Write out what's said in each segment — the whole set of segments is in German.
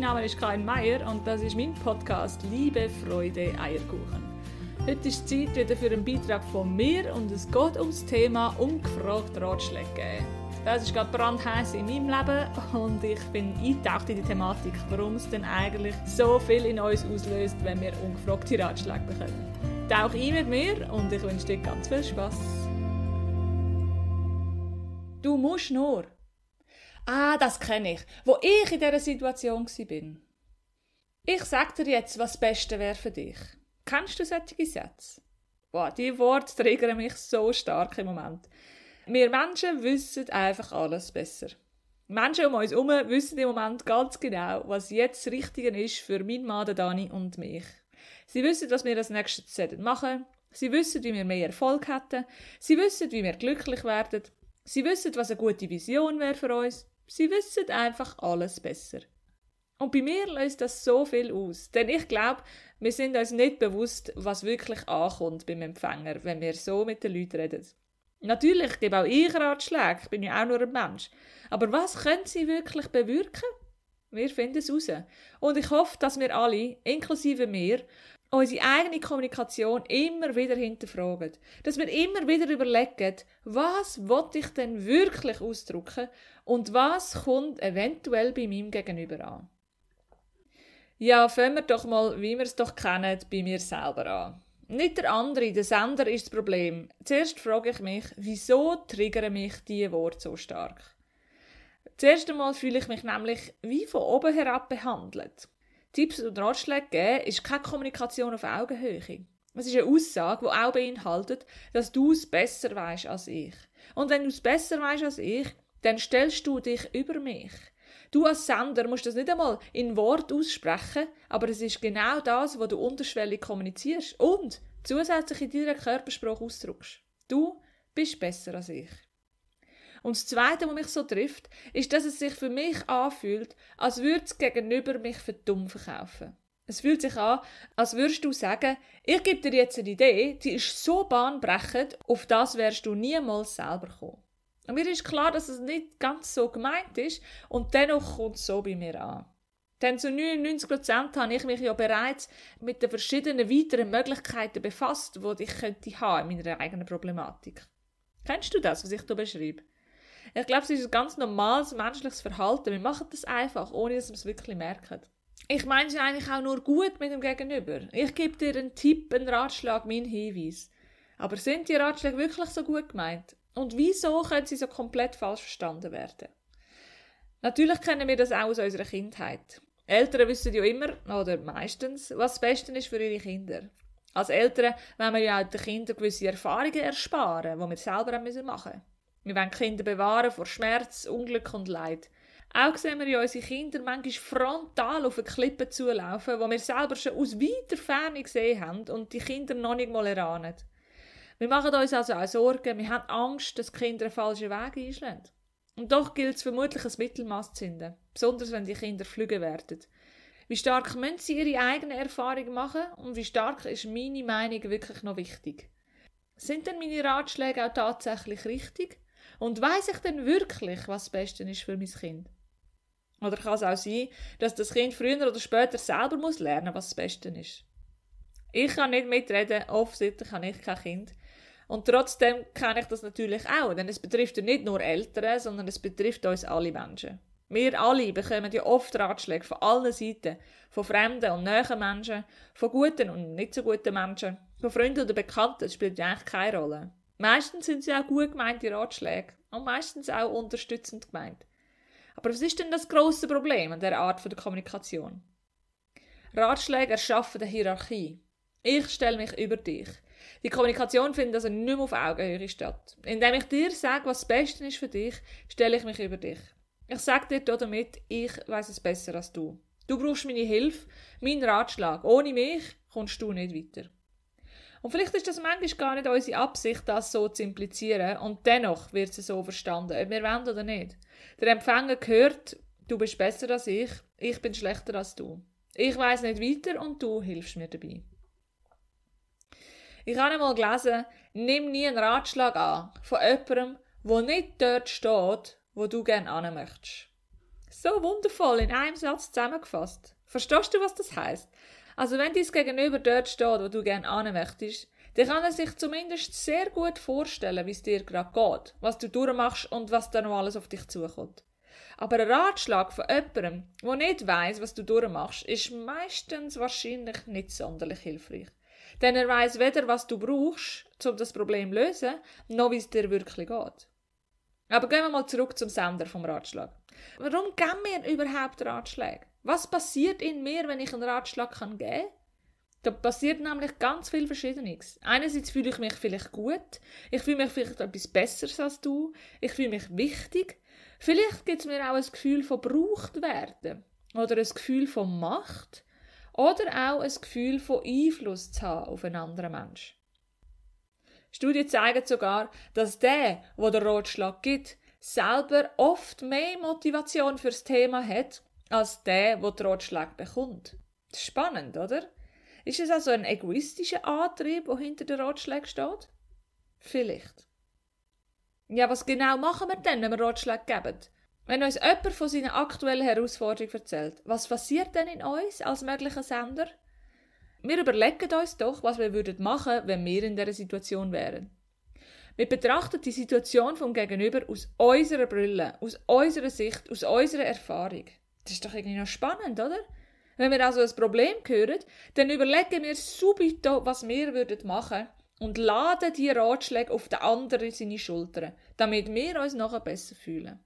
Name ist Karin Meier und das ist mein Podcast «Liebe, Freude, Eierkuchen». Heute ist Zeit wieder für einen Beitrag von mir und es geht ums Thema «Ungefragt Ratschläge geben». Das ist gerade brandheiß in meinem Leben und ich bin eingetaucht in die Thematik, warum es denn eigentlich so viel in uns auslöst, wenn wir ungefragte Ratschläge bekommen. Tauch ein mit mir und ich wünsche dir ganz viel Spass. Du musst nur. Das kenne ich, wo ich in dieser Situation war. Ich sage dir jetzt, was das Beste wäre für dich. Kennst du solche Sätze? Die Worte triggern mich so stark im Moment. Wir Menschen wissen einfach alles besser. Machen um uns herum wissen im Moment ganz genau, was jetzt das Richtige ist für meinen Mann, Dani und mich. Sie wissen, was wir als nächstes machen sollten. Sie wissen, wie wir mehr Erfolg hätten. Sie wissen, wie wir glücklich werden. Sie wissen, was eine gute Vision wäre für uns. Sie wissen einfach alles besser. Und bei mir löst das so viel aus. Denn ich glaube, wir sind uns nicht bewusst, was wirklich ankommt beim Empfänger, wenn wir so mit den Leuten reden. Natürlich gebe auch ich Ratschläge, ich bin ja auch nur ein Mensch. Aber was können sie wirklich bewirken? Wir finden es raus. Und ich hoffe, dass wir alle, inklusive mir, unsere eigene Kommunikation immer wieder hinterfragen. Dass wir immer wieder überlegen, was will ich denn wirklich ausdrücken und was kommt eventuell bei meinem Gegenüber an. Ja, fangen wir doch mal, wie wir es doch kennen, bei mir selber an. Nicht der andere, der Sender ist das Problem. Zuerst frage ich mich, wieso triggern mich diese Worte so stark? Zuerst einmal fühle ich mich nämlich wie von oben herab behandelt. Tipps und Ratschläge geben ist keine Kommunikation auf Augenhöhe. Es ist eine Aussage, die auch beinhaltet, dass du es besser weisst als ich. Und wenn du es besser weisst als ich, dann stellst du dich über mich. Du als Sender musst das nicht einmal in Wort aussprechen, aber es ist genau das, was du unterschwellig kommunizierst und zusätzlich in deiner Körpersprache ausdrückst. Du bist besser als ich. Und das Zweite, was mich so trifft, ist, dass es sich für mich anfühlt, als würde es gegenüber mich für dumm verkaufen. Es fühlt sich an, als würdest du sagen, ich gebe dir jetzt eine Idee, die ist so bahnbrechend, auf das wärst du niemals selber gekommen. Und mir ist klar, dass es nicht ganz so gemeint ist und dennoch kommt es so bei mir an. Denn zu 99% habe ich mich ja bereits mit den verschiedenen weiteren Möglichkeiten befasst, die ich könnte haben in meiner eigenen Problematik. Kennst du das, was ich hier beschreibe? Ich glaube, es ist ein ganz normales menschliches Verhalten. Wir machen das einfach, ohne dass wir es wirklich merken. Ich meine es eigentlich auch nur gut mit dem Gegenüber. Ich gebe dir einen Tipp, einen Ratschlag, meinen Hinweis. Aber sind die Ratschläge wirklich so gut gemeint? Und wieso können sie so komplett falsch verstanden werden? Natürlich kennen wir das auch aus unserer Kindheit. Eltern wissen ja immer, oder meistens, was das Beste ist für ihre Kinder. Als Eltern wollen wir ja auch den Kindern gewisse Erfahrungen ersparen, die wir selber machen müssen. Wir wollen die Kinder bewahren vor Schmerz, Unglück und Leid. Auch sehen wir ja unsere Kinder manchmal frontal auf eine Klippe zulaufen, die wir selber schon aus weiter Ferne gesehen haben und die Kinder noch nicht mal erahnen. Wir machen uns also auch Sorgen, wir haben Angst, dass die Kinder einen falschen Weg einschlagen. Und doch gilt es vermutlich ein Mittelmaß zu finden, besonders wenn die Kinder flügge werden. Wie stark müssen sie ihre eigenen Erfahrungen machen und wie stark ist meine Meinung wirklich noch wichtig? Sind denn meine Ratschläge auch tatsächlich richtig? Und weiss ich denn wirklich, was das Beste ist für mein Kind? Oder kann es auch sein, dass das Kind früher oder später selber lernen muss, was das Beste ist? Ich kann nicht mitreden, offensichtlich habe ich kein Kind. Und trotzdem kenne ich das natürlich auch, denn es betrifft ja nicht nur Eltern, sondern es betrifft uns alle Menschen. Wir alle bekommen ja oft Ratschläge von allen Seiten, von fremden und nahen Menschen, von guten und nicht so guten Menschen, von Freunden oder Bekannten, das spielt ja eigentlich keine Rolle. Meistens sind sie auch gut gemeinte Ratschläge und meistens auch unterstützend gemeint. Aber was ist denn das grosse Problem an dieser Art der Kommunikation? Ratschläge erschaffen eine Hierarchie. Ich stelle mich über dich. Die Kommunikation findet also nicht mehr auf Augenhöhe statt. Indem ich dir sage, was das Beste ist für dich, stelle ich mich über dich. Ich sage dir damit, ich weiss es besser als du. Du brauchst meine Hilfe, meinen Ratschlag. Ohne mich kommst du nicht weiter. Und vielleicht ist das manchmal gar nicht unsere Absicht, das so zu implizieren und dennoch wird es so verstanden, ob wir wollen oder nicht. Der Empfänger hört, du bist besser als ich bin schlechter als du. Ich weiss nicht weiter und du hilfst mir dabei. Ich habe einmal gelesen, nimm nie einen Ratschlag an von jemandem, der nicht dort steht, wo du gerne hin möchtest. So wundervoll in einem Satz zusammengefasst. Verstehst du, was das heisst? Also wenn dein Gegenüber dort steht, wo du gerne hin möchtest, dann kann er sich zumindest sehr gut vorstellen, wie es dir gerade geht, was du durchmachst und was dann noch alles auf dich zukommt. Aber ein Ratschlag von jemandem, der nicht weiss, was du durchmachst, ist meistens wahrscheinlich nicht sonderlich hilfreich. Denn er weiss weder, was du brauchst, um das Problem zu lösen, noch wie es dir wirklich geht. Aber gehen wir mal zurück zum Sender vom Ratschlag. Warum geben wir überhaupt Ratschläge? Was passiert in mir, wenn ich einen Ratschlag geben kann? Da passiert nämlich ganz viel Verschiedenes. Einerseits fühle ich mich vielleicht gut, ich fühle mich vielleicht etwas Besseres als du, ich fühle mich wichtig. Vielleicht gibt es mir auch ein Gefühl von gebraucht werden oder ein Gefühl von Macht oder auch ein Gefühl von Einfluss zu haben auf einen anderen Menschen. Studien zeigen sogar, dass der den Ratschlag gibt, selber oft mehr Motivation fürs Thema hat, als der den Ratschlag bekommt. Das ist spannend, oder? Ist es also ein egoistischer Antrieb, der hinter den Ratschlägen steht? Vielleicht. Ja, was genau machen wir denn, wenn wir Ratschläge geben? Wenn uns jemand von seiner aktuellen Herausforderung erzählt, was passiert denn in uns als möglicher Sender? Wir überlegen uns doch, was wir machen würden, wenn wir in dieser Situation wären. Wir betrachten die Situation vom Gegenüber aus unserer Brille, aus unserer Sicht, aus unserer Erfahrung. Das ist doch irgendwie noch spannend, oder? Wenn wir also ein Problem hören, dann überlegen wir subito, was wir machen würden und laden die Ratschläge auf den anderen seine Schultern, damit wir uns nachher besser fühlen.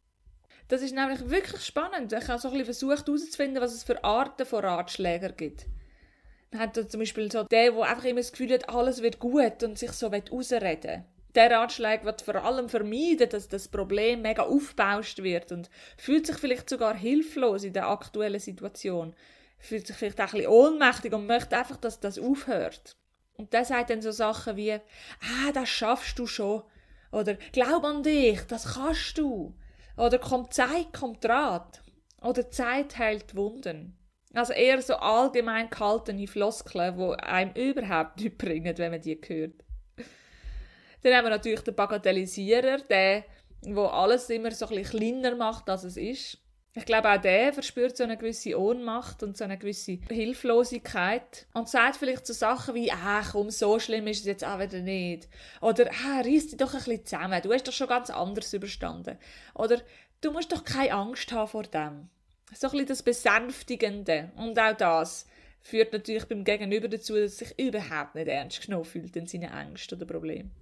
Das ist nämlich wirklich spannend. Ich habe so ein bisschen versucht herauszufinden, was es für Arten von Ratschlägern gibt. Man hat zum Beispiel so der einfach immer das Gefühl hat, alles wird gut und sich so ausreden will. Der Ratschlag wird vor allem vermeiden, dass das Problem mega aufgebauscht wird und fühlt sich vielleicht sogar hilflos in der aktuellen Situation. Fühlt sich vielleicht auch ein bisschen ohnmächtig und möchte einfach, dass das aufhört. Und der sagt dann so Sachen wie, das schaffst du schon. Oder glaub an dich, das kannst du. Oder kommt Zeit, kommt Rat. Oder Zeit heilt Wunden. Also eher so allgemein gehaltene Floskeln, die einem überhaupt nichts bringen, wenn man die hört. Dann haben wir natürlich den Bagatellisierer, der alles immer so ein bisschen kleiner macht, als es ist. Ich glaube, auch der verspürt so eine gewisse Ohnmacht und so eine gewisse Hilflosigkeit und sagt vielleicht so Sachen wie, komm, so schlimm ist es jetzt auch wieder nicht. Oder, reiss dich doch ein bisschen zusammen, du hast doch schon ganz anders überstanden. Oder, du musst doch keine Angst haben vor dem. So ein bisschen das Besänftigende. Und auch das führt natürlich beim Gegenüber dazu, dass er sich überhaupt nicht ernst genommen fühlt in seinen Ängsten oder Problemen.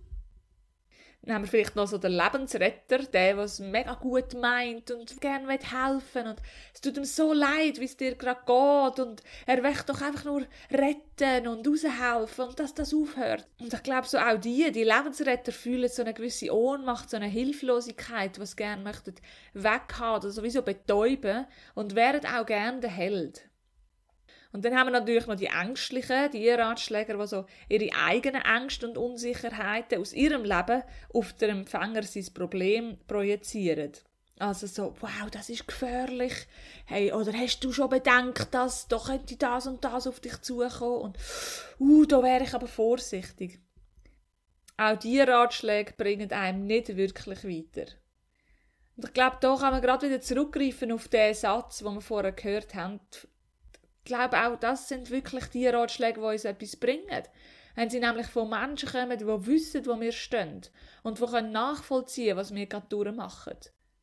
Dann haben wir vielleicht noch so den Lebensretter, der es mega gut meint und gerne helfen will. Und es tut ihm so leid, wie es dir gerade geht. Und er möchte doch einfach nur retten und raushelfen und dass das aufhört. Und ich glaube, so auch die Lebensretter fühlen so eine gewisse Ohnmacht, so eine Hilflosigkeit, die sie gerne möchten weghaben oder sowieso betäuben und wären auch gerne der Held. Und dann haben wir natürlich noch die Ängstlichen, die Ratschläger, die so ihre eigenen Ängste und Unsicherheiten aus ihrem Leben auf den Empfänger sein Problem projizieren. Also so, wow, das ist gefährlich. Hey, oder hast du schon bedenkt, dass da könnte das und das auf dich zukommen? Und da wäre ich aber vorsichtig. Auch diese Ratschläge bringen einem nicht wirklich weiter. Und ich glaube, da kann man gerade wieder zurückgreifen auf den Satz, den wir vorher gehört haben. Ich glaube, auch das sind wirklich die Ratschläge, die uns etwas bringen. Wenn sie nämlich von Menschen kommen, die wissen, wo wir stehen und die nachvollziehen können, was wir gerade durchmachen.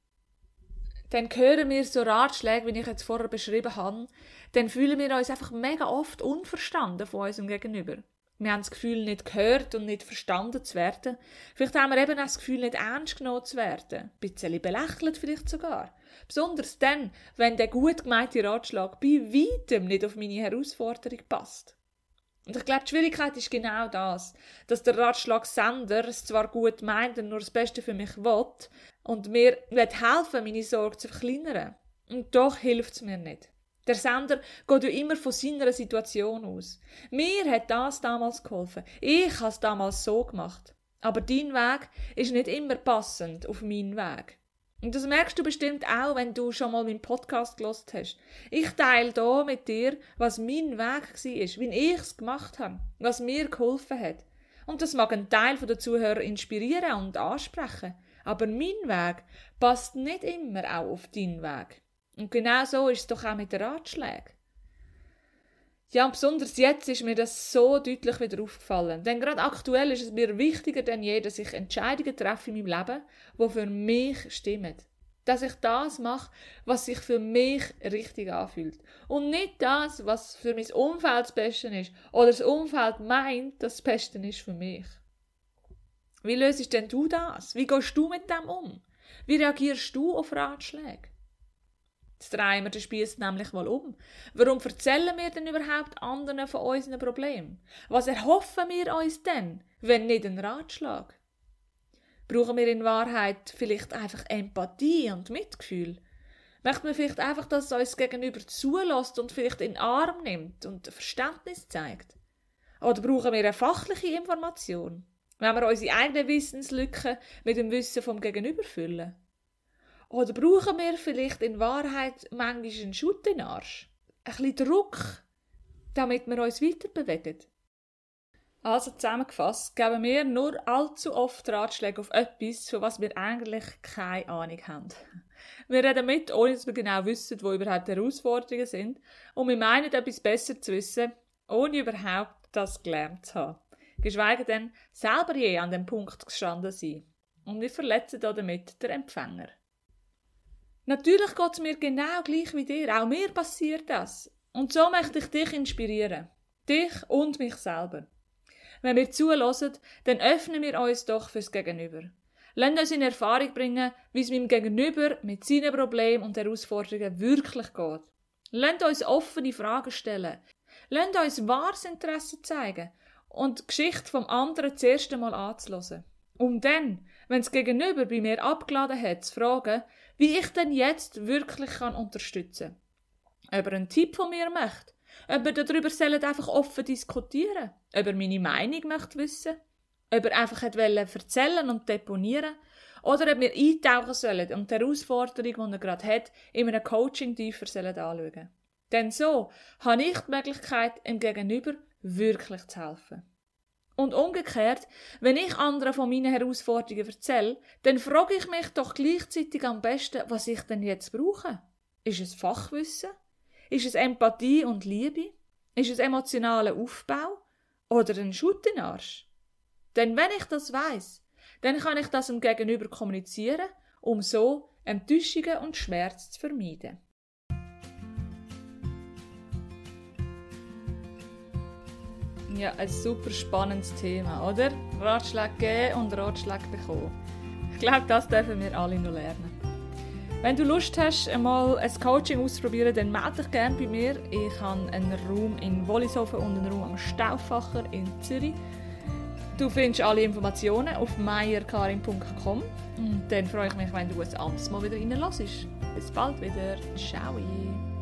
Dann hören wir so Ratschläge, wie ich jetzt vorher beschrieben habe, dann fühlen wir uns einfach mega oft unverstanden von unserem Gegenüber. Wir haben das Gefühl, nicht gehört und nicht verstanden zu werden. Vielleicht haben wir eben auch das Gefühl, nicht ernst genommen zu werden. Ein bisschen belächelt vielleicht sogar. Besonders dann, wenn der gut gemeinte Ratschlag bei weitem nicht auf meine Herausforderung passt. Und ich glaube, die Schwierigkeit ist genau das, dass der Ratschlagsender es zwar gut meint und nur das Beste für mich will und mir helfen, meine Sorge zu verkleinern. Und doch hilft es mir nicht. Der Sender geht ja immer von seiner Situation aus. Mir hat das damals geholfen. Ich habe es damals so gemacht. Aber dein Weg ist nicht immer passend auf meinen Weg. Und das merkst du bestimmt auch, wenn du schon mal meinen Podcast gehört hast. Ich teile hier mit dir, was mein Weg war, wie ich es gemacht habe, was mir geholfen hat. Und das mag einen Teil der Zuhörer inspirieren und ansprechen. Aber mein Weg passt nicht immer auch auf deinen Weg. Und genau so ist es doch auch mit den Ratschlägen. Ja, und besonders jetzt ist mir das so deutlich wieder aufgefallen. Denn gerade aktuell ist es mir wichtiger denn je, dass ich Entscheidungen treffe in meinem Leben, die für mich stimmen. Dass ich das mache, was sich für mich richtig anfühlt. Und nicht das, was für mein Umfeld das Beste ist. Oder das Umfeld meint, dass das Beste ist für mich. Wie löst denn du das? Wie gehst du mit dem um? Wie reagierst du auf Ratschläge? Jetzt drehen wir den Spiess nämlich mal um. Warum erzählen wir denn überhaupt anderen von unseren Problemen? Was erhoffen wir uns denn, wenn nicht ein Ratschlag? Brauchen wir in Wahrheit vielleicht einfach Empathie und Mitgefühl? Möchten wir vielleicht einfach, dass es uns gegenüber zulässt und vielleicht in den Arm nimmt und Verständnis zeigt? Oder brauchen wir eine fachliche Information, wenn wir unsere eigenen Wissenslücken mit dem Wissen vom Gegenüber füllen? Oder brauchen wir vielleicht in Wahrheit manchmal einen Schutt in den Arsch? Ein bisschen Druck, damit wir uns weiterbewegen? Also zusammengefasst, geben wir nur allzu oft Ratschläge auf etwas, von was wir eigentlich keine Ahnung haben. Wir reden mit, ohne dass wir genau wissen, wo überhaupt die Herausforderungen sind. Und wir meinen, etwas besser zu wissen, ohne überhaupt das gelernt zu haben. Geschweige denn, selber je an dem Punkt gestanden sein. Und wir verletzen damit den Empfänger. Natürlich geht es mir genau gleich wie dir. Auch mir passiert das. Und so möchte ich dich inspirieren. Dich und mich selber. Wenn wir zuhören, dann öffnen wir uns doch fürs Gegenüber. Lasst uns in Erfahrung bringen, wie es meinem Gegenüber mit seinen Problemen und Herausforderungen wirklich geht. Lasst uns offene Fragen stellen. Lasst uns wahres Interesse zeigen und die Geschichte vom anderen das erste Mal anzuhören. Um dann, wenn das Gegenüber bei mir abgeladen hat, zu fragen, wie ich denn jetzt wirklich unterstützen kann. Ob er einen Tipp von mir möchte, ob wir darüber einfach offen diskutieren, ob er meine Meinung möchte wissen, ob er einfach erzählen und deponieren oder ob wir eintauchen sollen und die Herausforderung, die er gerade hat, in einem Coaching tiefer anschauen. Denn so habe ich die Möglichkeit, ihm Gegenüber wirklich zu helfen. Und umgekehrt, wenn ich anderen von meinen Herausforderungen erzähle, dann frage ich mich doch gleichzeitig am besten, was ich denn jetzt brauche. Ist es Fachwissen? Ist es Empathie und Liebe? Ist es emotionaler Aufbau? Oder ein Schutt in den Arsch? Denn wenn ich das weiss, dann kann ich das dem Gegenüber kommunizieren, um so Enttäuschungen und Schmerz zu vermeiden. Ja, ein super spannendes Thema, oder? Ratschläge geben und Ratschläge bekommen. Ich glaube, das dürfen wir alle noch lernen. Wenn du Lust hast, einmal ein Coaching auszuprobieren, dann melde dich gerne bei mir. Ich habe einen Raum in Wollishofen und einen Raum am Stauffacher in Zürich. Du findest alle Informationen auf meierkarin.com und dann freue ich mich, wenn du ein anderes Mal wieder reinlässt. Bis bald wieder. Ciao.